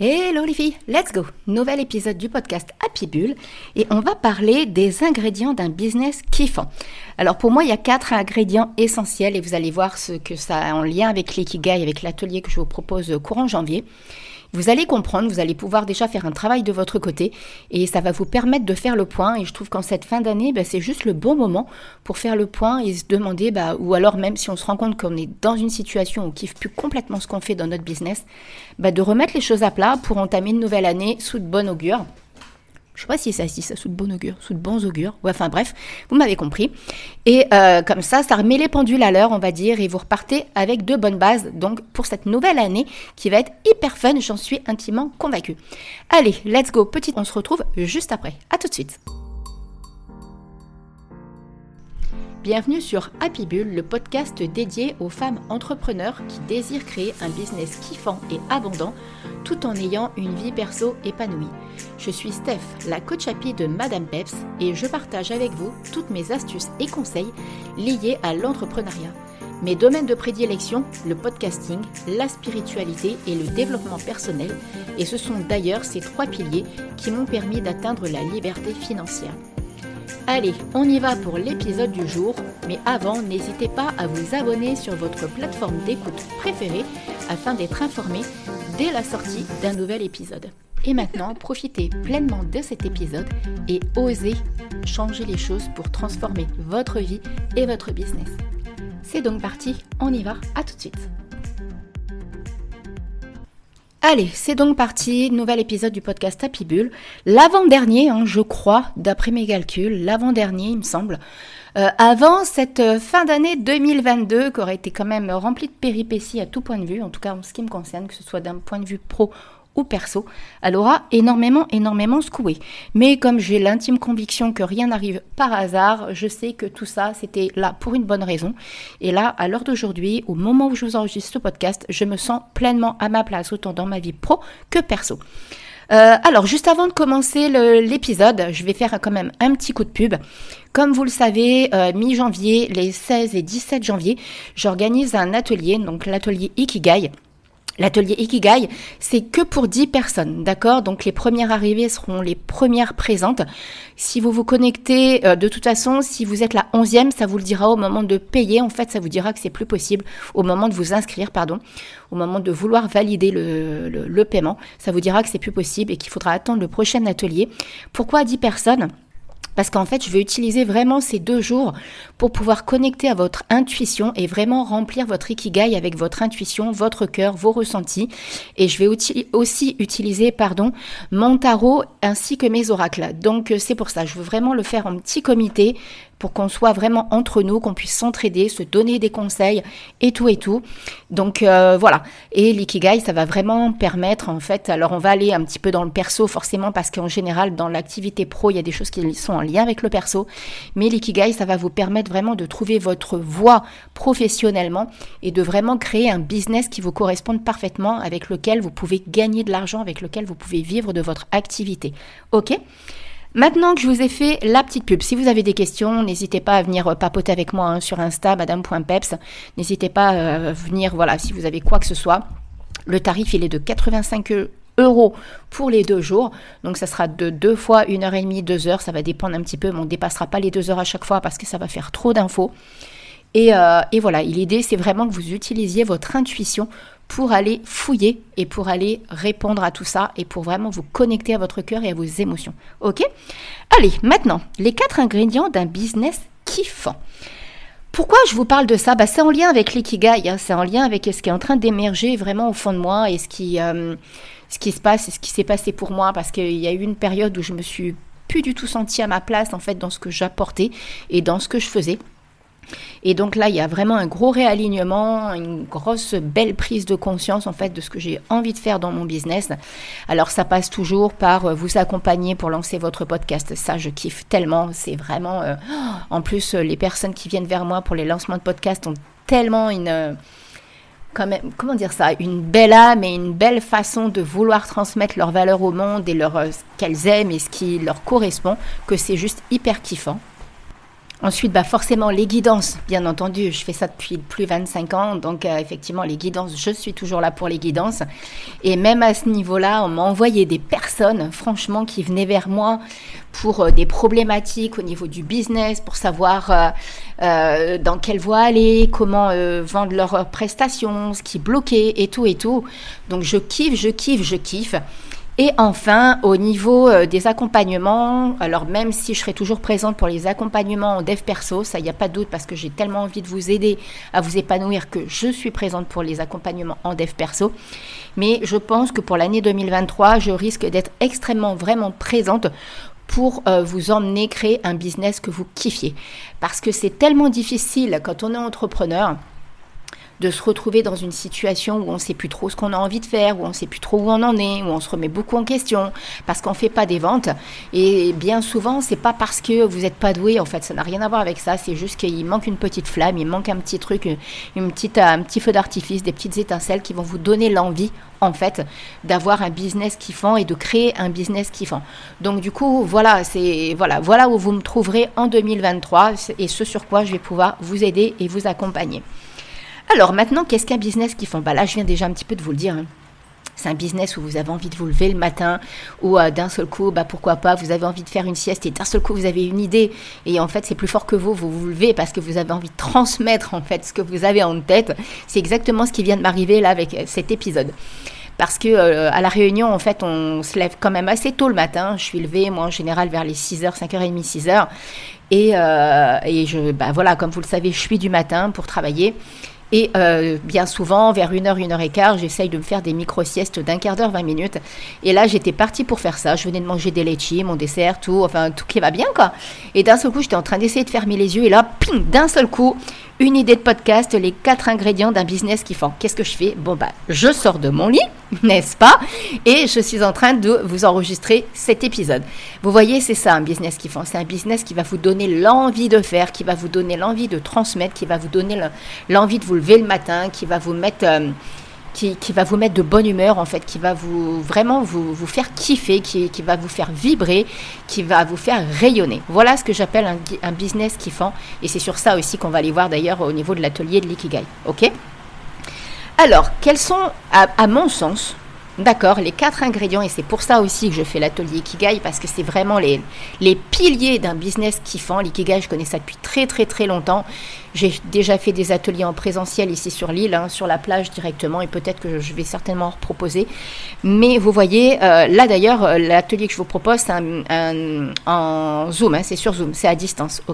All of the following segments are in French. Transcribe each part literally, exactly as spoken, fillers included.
Hello les filles, let's go! Nouvel épisode du podcast Happy Bull et on va parler des ingrédients d'un business kiffant. Alors pour moi, il y a quatre ingrédients essentiels et vous allez voir ce que ça a en lien avec l'Ikigai, avec l'atelier que je vous propose courant janvier. Vous allez comprendre, vous allez pouvoir déjà faire un travail de votre côté et ça va vous permettre de faire le point. Et je trouve qu'en cette fin d'année, bah, c'est juste le bon moment pour faire le point et se demander, bah, ou alors même si on se rend compte qu'on est dans une situation où on kiffe plus complètement ce qu'on fait dans notre business, bah, de remettre les choses à plat pour entamer une nouvelle année sous de bon augure. Je sais pas si ça se dit ça, sous de bon augure, sous de bons augures. Ouais, enfin bref, vous m'avez compris. Et euh, comme ça, ça remet les pendules à l'heure, on va dire, et vous repartez avec de bonnes bases. Donc pour cette nouvelle année qui va être hyper fun, j'en suis intimement convaincue. Allez, let's go, petite, on se retrouve juste après. À tout de suite. Bienvenue sur Happy Bull, le podcast dédié aux femmes entrepreneurs qui désirent créer un business kiffant et abondant tout en ayant une vie perso épanouie. Je suis Steph, la coach happy de Madame Peps et je partage avec vous toutes mes astuces et conseils liés à l'entrepreneuriat. Mes domaines de prédilection, le podcasting, la spiritualité et le développement personnel, et ce sont d'ailleurs ces trois piliers qui m'ont permis d'atteindre la liberté financière. Allez, on y va pour l'épisode du jour, mais avant, n'hésitez pas à vous abonner sur votre plateforme d'écoute préférée afin d'être informé dès la sortie d'un nouvel épisode. Et maintenant, profitez pleinement de cet épisode et osez changer les choses pour transformer votre vie et votre business. C'est donc parti, on y va, à tout de suite. Allez, c'est donc parti, nouvel épisode du podcast Happy Bull. L'avant-dernier, hein, je crois, d'après mes calculs, l'avant-dernier, il me semble, euh, avant cette fin d'année deux mille vingt-deux, qui aurait été quand même remplie de péripéties à tout point de vue, en tout cas en ce qui me concerne, que ce soit d'un point de vue pro ou perso, elle aura énormément, énormément secoué. Mais comme j'ai l'intime conviction que rien n'arrive par hasard, je sais que tout ça, c'était là pour une bonne raison. Et là, à l'heure d'aujourd'hui, au moment où je vous enregistre ce podcast, je me sens pleinement à ma place, autant dans ma vie pro que perso. Euh, alors, juste avant de commencer le, l'épisode, je vais faire quand même un petit coup de pub. Comme vous le savez, euh, mi-janvier, les seize et dix-sept janvier, j'organise un atelier, donc l'atelier Ikigai. L'atelier Ikigai, c'est que pour dix personnes, d'accord ? Donc les premières arrivées seront les premières présentes. Si vous vous connectez, euh, de toute façon, si vous êtes la onzième, ça vous le dira au moment de payer. En fait, ça vous dira que c'est plus possible au moment de vous inscrire, pardon, au moment de vouloir valider le, le, le paiement. Ça vous dira que c'est plus possible et qu'il faudra attendre le prochain atelier. Pourquoi dix personnes ? Parce qu'en fait, je vais utiliser vraiment ces deux jours pour pouvoir connecter à votre intuition et vraiment remplir votre Ikigai avec votre intuition, votre cœur, vos ressentis. Et je vais uti- aussi utiliser pardon, mon tarot ainsi que mes oracles. Donc, c'est pour ça, je veux vraiment le faire en petit comité pour qu'on soit vraiment entre nous, qu'on puisse s'entraider, se donner des conseils et tout et tout. Donc euh, voilà. Et l'ikigai, ça va vraiment permettre en fait, alors on va aller un petit peu dans le perso forcément parce qu'en général dans l'activité pro, il y a des choses qui sont en lien avec le perso. Mais l'ikigai, ça va vous permettre vraiment de trouver votre voie professionnellement et de vraiment créer un business qui vous corresponde parfaitement, avec lequel vous pouvez gagner de l'argent, avec lequel vous pouvez vivre de votre activité. Ok ? Maintenant que je vous ai fait la petite pub, si vous avez des questions, n'hésitez pas à venir papoter avec moi hein, sur Insta, madame point peps. N'hésitez pas à venir, voilà, si vous avez quoi que ce soit. Le tarif, il est de quatre-vingt-cinq euros pour les deux jours. Donc, ça sera de deux fois une heure et demie, deux heures. Ça va dépendre un petit peu, mais on ne dépassera pas les deux heures à chaque fois parce que ça va faire trop d'infos. Et, euh, et voilà, l'idée, c'est vraiment que vous utilisiez votre intuition pour aller fouiller et pour aller répondre à tout ça et pour vraiment vous connecter à votre cœur et à vos émotions. Ok ? Allez, maintenant, les quatre ingrédients d'un business kiffant. Pourquoi je vous parle de ça ? Bah, c'est en lien avec l'ikigai, hein, c'est en lien avec ce qui est en train d'émerger vraiment au fond de moi et ce qui, euh, ce qui se passe et ce qui s'est passé pour moi, parce qu'il y a eu une période où je me suis plus du tout sentie à ma place en fait dans ce que j'apportais et dans ce que je faisais. Et donc là, il y a vraiment un gros réalignement, une grosse belle prise de conscience en fait de ce que j'ai envie de faire dans mon business. Alors ça passe toujours par vous accompagner pour lancer votre podcast. Ça, je kiffe tellement. C'est vraiment... Euh, en plus, les personnes qui viennent vers moi pour les lancements de podcast ont tellement une... Euh, quand même, comment dire ça, une belle âme et une belle façon de vouloir transmettre leurs valeurs au monde et leur, euh, ce qu'elles aiment et ce qui leur correspond, que c'est juste hyper kiffant. Ensuite, bah forcément, les guidances, bien entendu. Je fais ça depuis plus de vingt-cinq ans. Donc, euh, effectivement, les guidances, je suis toujours là pour les guidances. Et même à ce niveau-là, on m'a envoyé des personnes, franchement, qui venaient vers moi pour euh, des problématiques au niveau du business, pour savoir euh, euh, dans quelle voie aller, comment euh, vendre leurs prestations, ce qui bloquait et tout et tout. Donc, je kiffe, je kiffe, je kiffe. Et enfin, au niveau euh, des accompagnements, alors même si je serai toujours présente pour les accompagnements en dev perso, ça, il n'y a pas de doute parce que j'ai tellement envie de vous aider à vous épanouir que je suis présente pour les accompagnements en dev perso. Mais je pense que pour l'année deux mille vingt-trois, je risque d'être extrêmement, vraiment présente pour euh, vous emmener créer un business que vous kiffiez. Parce que c'est tellement difficile quand on est entrepreneur de se retrouver dans une situation où on ne sait plus trop ce qu'on a envie de faire, où on ne sait plus trop où on en est, où on se remet beaucoup en question, parce qu'on ne fait pas des ventes. Et bien souvent, c'est pas parce que vous n'êtes pas doué, en fait, ça n'a rien à voir avec ça, c'est juste qu'il manque une petite flamme, il manque un petit truc, une petite, un petit feu d'artifice, des petites étincelles qui vont vous donner l'envie, en fait, d'avoir un business kiffant et de créer un business kiffant. Donc du coup, voilà, c'est, voilà, voilà où vous me trouverez en deux mille vingt-trois et ce sur quoi je vais pouvoir vous aider et vous accompagner. Alors maintenant, qu'est-ce qu'un business kiffant ? Bah là, je viens déjà un petit peu de vous le dire. Hein. C'est un business où vous avez envie de vous lever le matin, ou euh, d'un seul coup, bah pourquoi pas, vous avez envie de faire une sieste et d'un seul coup, vous avez une idée. Et en fait, c'est plus fort que vous, vous vous levez parce que vous avez envie de transmettre en fait ce que vous avez en tête. C'est exactement ce qui vient de m'arriver là avec cet épisode. Parce que euh, à la Réunion, en fait, on se lève quand même assez tôt le matin. Je suis levée, moi, en général, vers les six heures, cinq heures trente, six heures. Et, euh, et je, bah voilà, comme vous le savez, je suis du matin pour travailler. Et euh, bien souvent, vers une heure, une heure et quart, j'essaye de me faire des micro-siestes d'un quart d'heure, vingt minutes. Et là, j'étais partie pour faire ça. Je venais de manger des laitchis, mon dessert, tout, enfin, tout qui va bien, quoi. Et d'un seul coup, j'étais en train d'essayer de fermer les yeux. Et là, ping, d'un seul coup, une idée de podcast, les quatre ingrédients d'un business kiffant. Qu'est-ce que je fais ? Bon, bah, je sors de mon lit, n'est-ce pas ? Et je suis en train de vous enregistrer cet épisode. Vous voyez, c'est ça, un business kiffant. C'est un business qui va vous donner l'envie de faire, qui va vous donner l'envie de transmettre, qui va vous donner le, l'envie de vous lever le matin, qui va vous mettre... Euh, Qui, qui va vous mettre de bonne humeur, en fait, qui va vous vraiment vous, vous faire kiffer, qui, qui va vous faire vibrer, qui va vous faire rayonner. Voilà ce que j'appelle un, un business kiffant. Et c'est sur ça aussi qu'on va aller voir d'ailleurs au niveau de l'atelier de l'Ikigai. Ok ? Alors, quels sont, à, à mon sens, d'accord, les quatre ingrédients, et c'est pour ça aussi que je fais l'atelier Ikigai, parce que c'est vraiment les, les piliers d'un business kiffant. L'Ikigai, je connais ça depuis très très très longtemps. J'ai déjà fait des ateliers en présentiel ici sur l'île, hein, sur la plage directement, et peut-être que je vais certainement en reproposer. Mais vous voyez, euh, là d'ailleurs, l'atelier que je vous propose, c'est un, un, en Zoom, hein, c'est sur Zoom, c'est à distance, ok ?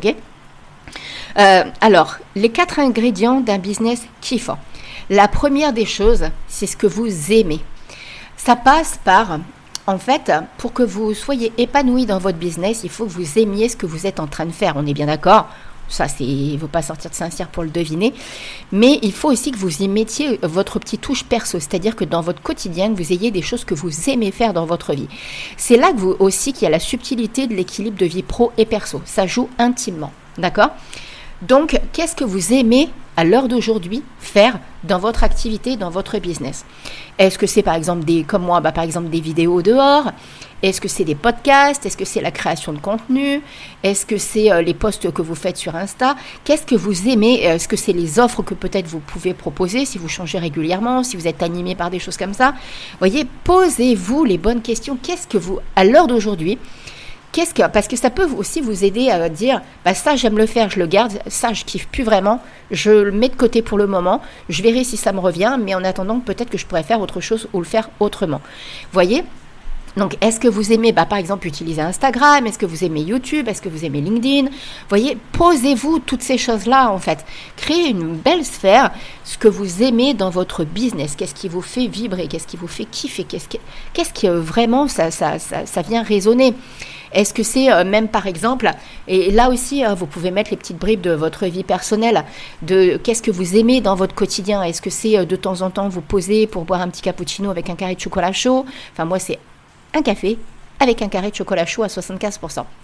euh, Alors, les quatre ingrédients d'un business kiffant. La première des choses, c'est ce que vous aimez. Ça passe par, en fait, pour que vous soyez épanoui dans votre business, il faut que vous aimiez ce que vous êtes en train de faire. On est bien d'accord ? Ça, c'est, il ne faut pas sortir de Saint-Cyr pour le deviner. Mais il faut aussi que vous y mettiez votre petite touche perso. C'est-à-dire que dans votre quotidien, vous ayez des choses que vous aimez faire dans votre vie. C'est là que vous, aussi qu'il y a la subtilité de l'équilibre de vie pro et perso. Ça joue intimement. D'accord ? Donc, qu'est-ce que vous aimez à l'heure d'aujourd'hui faire dans votre activité, dans votre business ? Est-ce que c'est par exemple des, comme moi, bah, par exemple des vidéos dehors ? Est-ce que c'est des podcasts ? Est-ce que c'est la création de contenu ? Est-ce que c'est euh, les posts que vous faites sur Insta ? Qu'est-ce que vous aimez ? Est-ce que c'est les offres que peut-être vous pouvez proposer si vous changez régulièrement, si vous êtes animé par des choses comme ça ? Voyez, posez-vous les bonnes questions. Qu'est-ce que vous, à l'heure d'aujourd'hui, Qu'est-ce que, parce que ça peut aussi vous aider à dire bah ça j'aime le faire, je le garde, ça je kiffe plus vraiment, je le mets de côté pour le moment, je verrai si ça me revient, mais en attendant peut-être que je pourrais faire autre chose ou le faire autrement. Voyez ? Donc, est-ce que vous aimez, bah, par exemple, utiliser Instagram ? Est-ce que vous aimez YouTube ? Est-ce que vous aimez LinkedIn ? Voyez, posez-vous toutes ces choses-là, en fait. Créez une belle sphère, ce que vous aimez dans votre business. Qu'est-ce qui vous fait vibrer ? Qu'est-ce qui vous fait kiffer ? Qu'est-ce qui, qu'est-ce qui euh, vraiment, ça, ça, ça, ça vient résonner ? Est-ce que c'est euh, même, par exemple, et là aussi, hein, vous pouvez mettre les petites bribes de votre vie personnelle, de qu'est-ce que vous aimez dans votre quotidien ? Est-ce que c'est euh, de temps en temps vous poser pour boire un petit cappuccino avec un carré de chocolat chaud ? Enfin, moi, c'est un café avec un carré de chocolat chaud à soixante-quinze pour cent.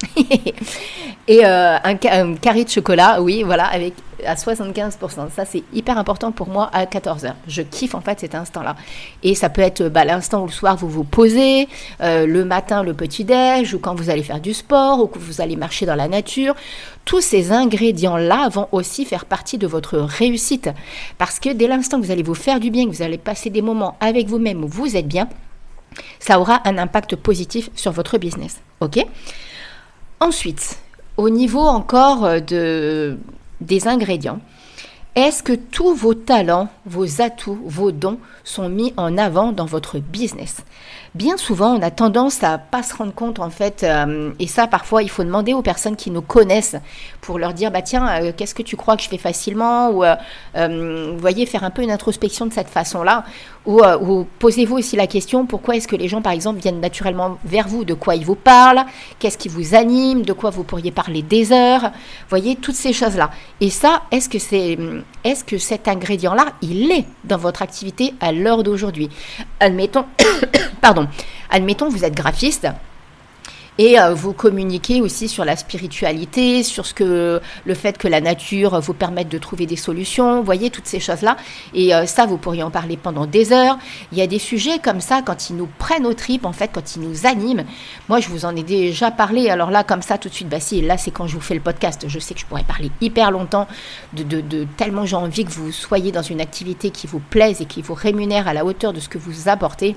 Et euh, un, un carré de chocolat, oui, voilà, avec à soixante-quinze pour cent. Ça, c'est hyper important pour moi à quatorze heures. Je kiffe en fait cet instant-là. Et ça peut être bah, l'instant où le soir vous vous posez, euh, le matin le petit-déj, ou quand vous allez faire du sport, ou que vous allez marcher dans la nature. Tous ces ingrédients-là vont aussi faire partie de votre réussite. Parce que dès l'instant que vous allez vous faire du bien, que vous allez passer des moments avec vous-même où vous êtes bien, ça aura un impact positif sur votre business. Ok ? Ensuite, au niveau encore de, des ingrédients, est-ce que tous vos talents, vos atouts, vos dons sont mis en avant dans votre business ? Bien souvent, on a tendance à pas se rendre compte en fait, euh, et ça parfois il faut demander aux personnes qui nous connaissent pour leur dire bah tiens euh, qu'est-ce que tu crois que je fais facilement ou euh, euh, vous voyez faire un peu une introspection de cette façon-là ou, euh, ou posez-vous aussi la question pourquoi est-ce que les gens par exemple viennent naturellement vers vous, de quoi ils vous parlent, qu'est-ce qui vous anime, de quoi vous pourriez parler des heures, vous voyez toutes ces choses-là. Et ça, est-ce que c'est, est-ce que cet ingrédient-là il est dans votre activité à l'heure d'aujourd'hui ? Admettons, pardon. Admettons, vous êtes graphiste et euh, vous communiquez aussi sur la spiritualité, sur ce que le fait que la nature vous permette de trouver des solutions, vous voyez toutes ces choses-là. Et euh, ça, vous pourriez en parler pendant des heures. Il y a des sujets comme ça, quand ils nous prennent aux tripes, en fait, quand ils nous animent. Moi, je vous en ai déjà parlé. Alors là, comme ça, tout de suite, bah si, là, c'est quand je vous fais le podcast. Je sais que je pourrais parler hyper longtemps de, de, de tellement j'ai envie que vous soyez dans une activité qui vous plaise et qui vous rémunère à la hauteur de ce que vous apportez.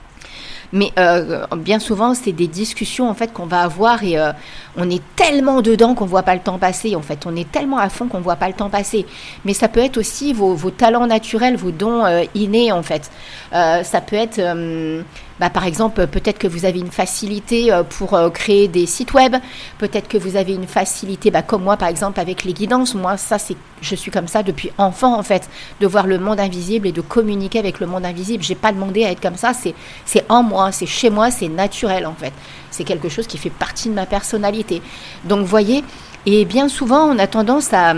Mais euh, bien souvent, c'est des discussions en fait qu'on va avoir et euh, on est tellement dedans qu'on ne voit pas le temps passer. En fait, on est tellement à fond qu'on ne voit pas le temps passer. Mais ça peut être aussi vos, vos talents naturels, vos dons euh, innés en fait. Euh, ça peut être, euh, bah, par exemple, peut-être que vous avez une facilité euh, pour euh, créer des sites web. Peut-être que vous avez une facilité, bah, comme moi par exemple avec les guidances. Moi, ça c'est, je suis comme ça depuis enfant en fait, de voir le monde invisible et de communiquer avec le monde invisible. J'ai pas demandé à être comme ça. C'est, c'est en moi. C'est chez moi, c'est naturel en fait. C'est quelque chose qui fait partie de ma personnalité. Donc, vous voyez, et bien souvent, on a tendance à,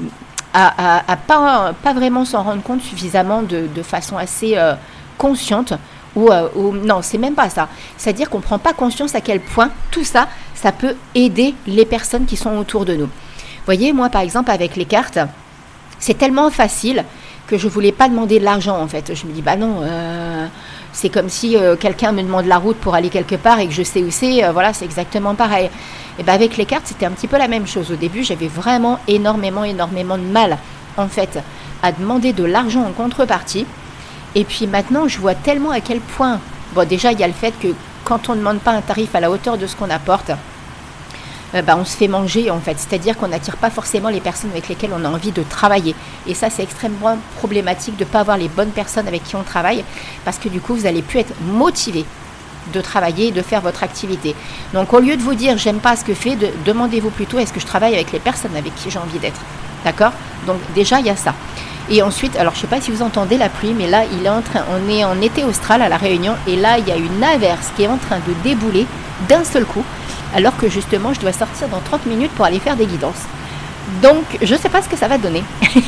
à, à, à pas, pas vraiment s'en rendre compte suffisamment de, de façon assez euh, consciente. Ou, euh, ou non, c'est même pas ça. C'est-à-dire qu'on ne prend pas conscience à quel point tout ça, ça peut aider les personnes qui sont autour de nous. Vous voyez, moi, par exemple, avec les cartes, c'est tellement facile que je ne voulais pas demander de l'argent, en fait. Je me dis, bah non... Euh, c'est comme si euh, quelqu'un me demande la route pour aller quelque part et que je sais où c'est. Euh, voilà, c'est exactement pareil. Et ben avec les cartes, c'était un petit peu la même chose. Au début, j'avais vraiment énormément, énormément de mal, en fait, à demander de l'argent en contrepartie. Et puis maintenant, je vois tellement à quel point... Bon, déjà, il y a le fait que quand on ne demande pas un tarif à la hauteur de ce qu'on apporte, euh, ben, on se fait manger, en fait. C'est-à-dire qu'on n'attire pas forcément les personnes avec lesquelles on a envie de travailler. Et ça, c'est extrêmement problématique de ne pas avoir les bonnes personnes avec qui on travaille, parce que du coup, vous n'allez plus être motivé de travailler et de faire votre activité. Donc, au lieu de vous dire, j'aime pas ce que fait, de, demandez-vous plutôt, est-ce que je travaille avec les personnes avec qui j'ai envie d'être ? D'accord ? Donc, déjà, il y a ça. Et ensuite, alors, je ne sais pas si vous entendez la pluie, mais là, il est en train, on est en été austral à La Réunion, et là, il y a une averse qui est en train de débouler d'un seul coup, alors que justement, je dois sortir dans trente minutes pour aller faire des guidances. Donc, je ne sais pas ce que ça va donner.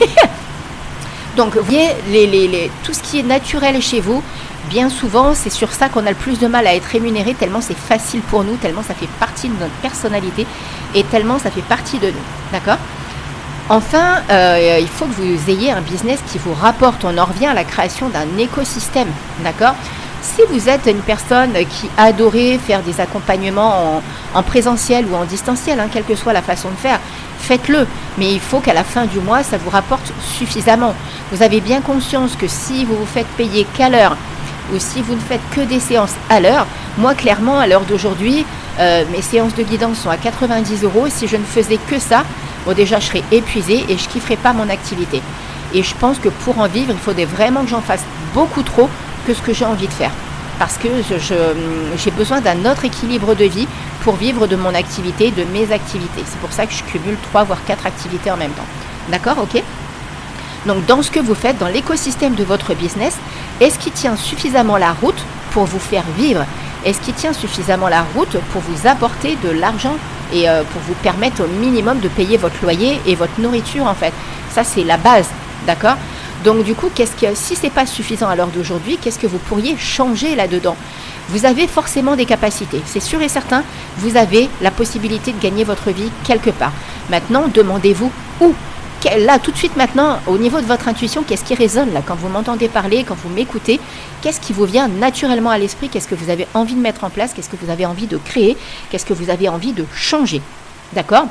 Donc, vous voyez, les, les, les, tout ce qui est naturel chez vous, bien souvent, c'est sur ça qu'on a le plus de mal à être rémunéré, tellement c'est facile pour nous, tellement ça fait partie de notre personnalité et tellement ça fait partie de nous. D'accord ? Enfin, euh, il faut que vous ayez un business qui vous rapporte. On en revient à la création d'un écosystème. D'accord ? Si vous êtes une personne qui adorait faire des accompagnements en, en présentiel ou en distanciel, hein, quelle que soit la façon de faire, faites-le. Mais il faut qu'à la fin du mois, ça vous rapporte suffisamment. Vous avez bien conscience que si vous vous faites payer qu'à l'heure ou si vous ne faites que des séances à l'heure, moi, clairement, à l'heure d'aujourd'hui, euh, mes séances de guidance sont à quatre-vingt-dix euros. Si je ne faisais que ça, bon, déjà, je serais épuisée et je ne kifferais pas mon activité. Et je pense que pour en vivre, il faudrait vraiment que j'en fasse beaucoup trop que ce que j'ai envie de faire. Parce que je, je, j'ai besoin d'un autre équilibre de vie pour vivre de mon activité, de mes activités. C'est pour ça que je cumule trois voire quatre activités en même temps. D'accord, ok ? Donc, dans ce que vous faites, dans l'écosystème de votre business, est-ce qu'il tient suffisamment la route pour vous faire vivre ? Est-ce qu'il tient suffisamment la route pour vous apporter de l'argent et euh, pour vous permettre au minimum de payer votre loyer et votre nourriture, en fait ? Ça, c'est la base, d'accord ? Donc, du coup, qu'est-ce que, si ce n'est pas suffisant à l'heure d'aujourd'hui, qu'est-ce que vous pourriez changer là-dedans ? vous avez forcément des capacités. C'est sûr et certain, vous avez la possibilité de gagner votre vie quelque part. Maintenant, demandez-vous où. Là, tout de suite maintenant, au niveau de votre intuition, qu'est-ce qui résonne là quand vous m'entendez parler, quand vous m'écoutez? Qu'est-ce qui vous vient naturellement à l'esprit? Qu'est-ce que vous avez envie de mettre en place? Qu'est-ce que vous avez envie de créer? Qu'est-ce que vous avez envie de changer? D'accord?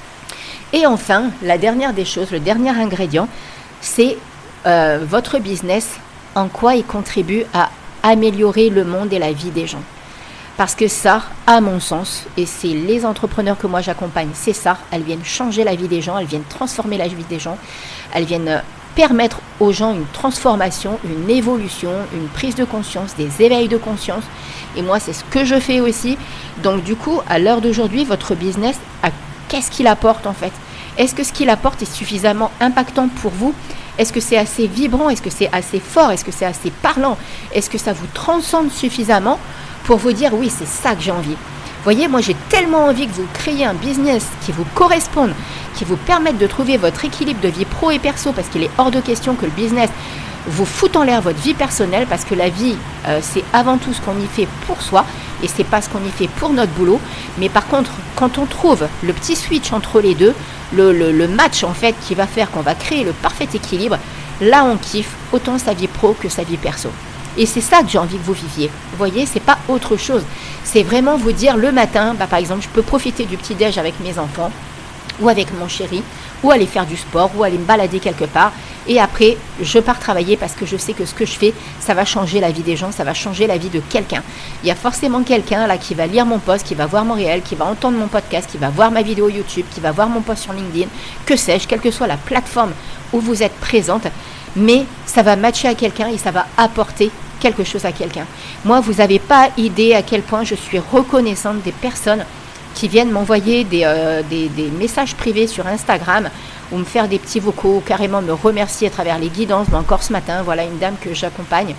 Et enfin, la dernière des choses, le dernier ingrédient, c'est euh, votre business, en quoi il contribue à améliorer le monde et la vie des gens. Parce que ça, à mon sens, et c'est les entrepreneurs que moi j'accompagne, c'est ça, elles viennent changer la vie des gens, elles viennent transformer la vie des gens, elles viennent permettre aux gens une transformation, une évolution, une prise de conscience, des éveils de conscience. Et moi, c'est ce que je fais aussi. Donc du coup, à l'heure d'aujourd'hui, votre business, qu'est-ce qu'il apporte en fait? Est-ce que ce qu'il apporte est suffisamment impactant pour vous? Est-ce que c'est assez vibrant? Est-ce que c'est assez fort? Est-ce que c'est assez parlant? Est-ce que ça vous transcende suffisamment pour vous dire oui, c'est ça que j'ai envie? Vous voyez, moi j'ai tellement envie que vous créiez un business qui vous corresponde, qui vous permette de trouver votre équilibre de vie pro et perso, parce qu'il est hors de question que le business vous foute en l'air votre vie personnelle, parce que la vie, euh, c'est avant tout ce qu'on y fait pour soi, et c'est pas ce qu'on y fait pour notre boulot. Mais par contre, quand on trouve le petit switch entre les deux, le, le, le match en fait qui va faire qu'on va créer le parfait équilibre, là on kiffe autant sa vie pro que sa vie perso. Et c'est ça que j'ai envie que vous viviez. Vous voyez, c'est pas autre chose. C'est vraiment vous dire le matin, bah, par exemple, je peux profiter du petit-déj avec mes enfants, ou avec mon chéri, ou aller faire du sport, ou aller me balader quelque part. Et après, je pars travailler parce que je sais que ce que je fais, ça va changer la vie des gens, ça va changer la vie de quelqu'un. Il y a forcément quelqu'un là qui va lire mon post, qui va voir mon réel, qui va entendre mon podcast, qui va voir ma vidéo YouTube, qui va voir mon post sur LinkedIn, que sais-je, quelle que soit la plateforme où vous êtes présente. Mais ça va matcher à quelqu'un et ça va apporter quelque chose à quelqu'un. Moi, vous n'avez pas idée à quel point je suis reconnaissante des personnes qui viennent m'envoyer des, euh, des, des messages privés sur Instagram ou me faire des petits vocaux, ou carrément me remercier à travers les guidances. Mais encore ce matin, voilà une dame que j'accompagne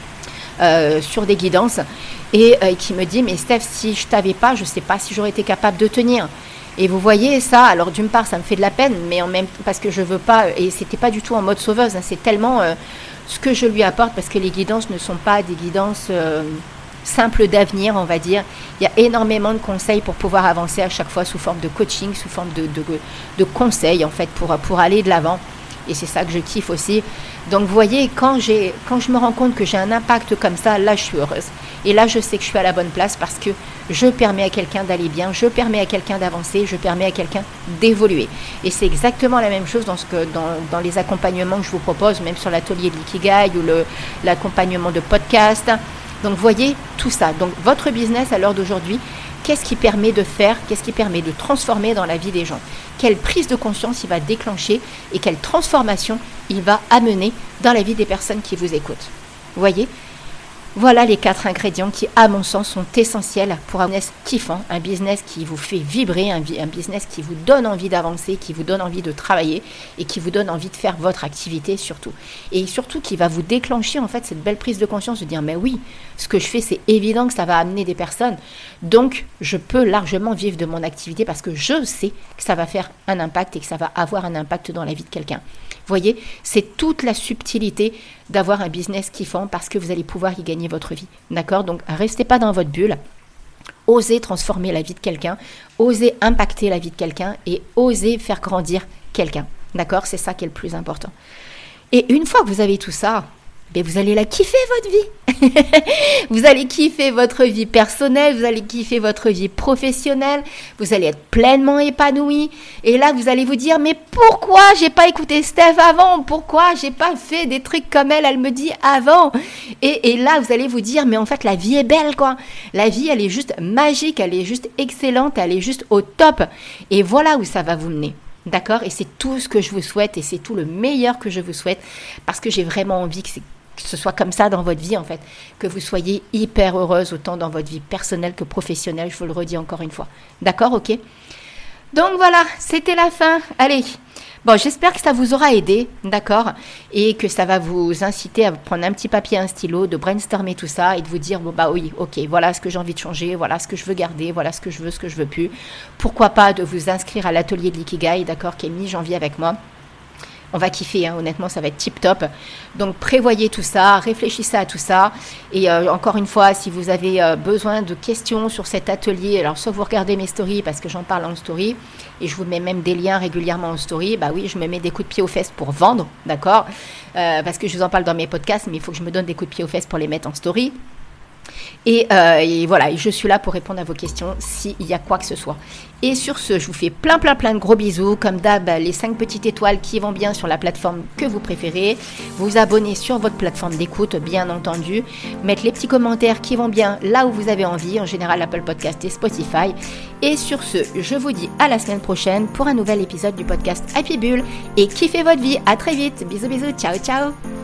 euh, sur des guidances et euh, qui me dit « Mais Steph, si je ne t'avais pas, je ne sais pas si j'aurais été capable de tenir. » Et vous voyez ça, alors d'une part ça me fait de la peine, mais en même parce que je veux pas, et c'était pas du tout en mode sauveuse, hein, c'est tellement euh, ce que je lui apporte, parce que les guidances ne sont pas des guidances euh, simples d'avenir, on va dire. Il y a énormément de conseils pour pouvoir avancer à chaque fois sous forme de coaching, sous forme de, de, de conseils en fait pour, pour aller de l'avant. Et c'est ça que je kiffe aussi. Donc vous voyez, quand, j'ai, quand je me rends compte que j'ai un impact comme ça, là je suis heureuse. Et là je sais que je suis à la bonne place parce que je permets à quelqu'un d'aller bien, je permets à quelqu'un d'avancer, je permets à quelqu'un d'évoluer. Et c'est exactement la même chose dans, ce que, dans, dans les accompagnements que je vous propose, même sur l'atelier de l'Ikigai ou le, l'accompagnement de podcast. Donc vous voyez tout ça. Donc votre business à l'heure d'aujourd'hui, qu'est-ce qui permet de faire, qu'est-ce qui permet de transformer dans la vie des gens? Quelle prise de conscience il va déclencher et quelle transformation il va amener dans la vie des personnes qui vous écoutent. Vous voyez? Voilà les quatre ingrédients qui, à mon sens, sont essentiels pour un business kiffant, un business qui vous fait vibrer, un, un business qui vous donne envie d'avancer, qui vous donne envie de travailler et qui vous donne envie de faire votre activité surtout. Et surtout qui va vous déclencher en fait cette belle prise de conscience de dire mais oui, ce que je fais c'est évident que ça va amener des personnes, donc je peux largement vivre de mon activité parce que je sais que ça va faire un impact et que ça va avoir un impact dans la vie de quelqu'un. Vous voyez, c'est toute la subtilité d'avoir un business kiffant parce que vous allez pouvoir y gagner votre vie. D'accord? Donc, restez pas dans votre bulle. Osez transformer la vie de quelqu'un. Osez impacter la vie de quelqu'un et osez faire grandir quelqu'un. D'accord? C'est ça qui est le plus important. Et une fois que vous avez tout ça, ben vous allez la kiffer votre vie. Vous allez kiffer votre vie personnelle, vous allez kiffer votre vie professionnelle, vous allez être pleinement épanoui. Et là, vous allez vous dire, mais pourquoi j'ai pas écouté Steph avant? Pourquoi j'ai pas fait des trucs comme elle, elle me dit avant? Et, et là, vous allez vous dire, mais en fait, la vie est belle, quoi. La vie, elle est juste magique, elle est juste excellente, elle est juste au top. Et voilà où ça va vous mener. D'accord? Et c'est tout ce que je vous souhaite et c'est tout le meilleur que je vous souhaite parce que j'ai vraiment envie que c'est que ce soit comme ça dans votre vie en fait, que vous soyez hyper heureuse autant dans votre vie personnelle que professionnelle, je vous le redis encore une fois. D'accord, ok? Donc voilà, c'était la fin. Allez, bon, j'espère que ça vous aura aidé, d'accord? Et que ça va vous inciter à prendre un petit papier, un stylo, de brainstormer tout ça et de vous dire, bon bah oui, ok, voilà ce que j'ai envie de changer, voilà ce que je veux garder, voilà ce que je veux, ce que je veux plus. Pourquoi pas de vous inscrire à l'atelier de l'Ikigai, d'accord, qui est mi-janvier avec moi. on va kiffer, hein, honnêtement, ça va être tip top. Donc prévoyez tout ça, réfléchissez à tout ça. Et euh, encore une fois, si vous avez euh, besoin de questions sur cet atelier, alors soit vous regardez mes stories parce que j'en parle en story, et je vous mets même des liens régulièrement en story, bah oui, je me mets des coups de pied aux fesses pour vendre, d'accord, euh, parce que je vous en parle dans mes podcasts, mais il faut que je me donne des coups de pied aux fesses pour les mettre en story. Et, euh, et voilà, je suis là pour répondre à vos questions s'il y a quoi que ce soit. Et sur ce, je vous fais plein plein plein de gros bisous. Comme d'hab, les cinq petites étoiles qui vont bien sur la plateforme que vous préférez. Vous abonner sur votre plateforme d'écoute, bien entendu. Mettre les petits commentaires qui vont bien là où vous avez envie. En général, Apple Podcast et Spotify. Et sur ce, je vous dis à la semaine prochaine pour un nouvel épisode du podcast Happy Bull. Et kiffez votre vie. À très vite. Bisous bisous. Ciao ciao.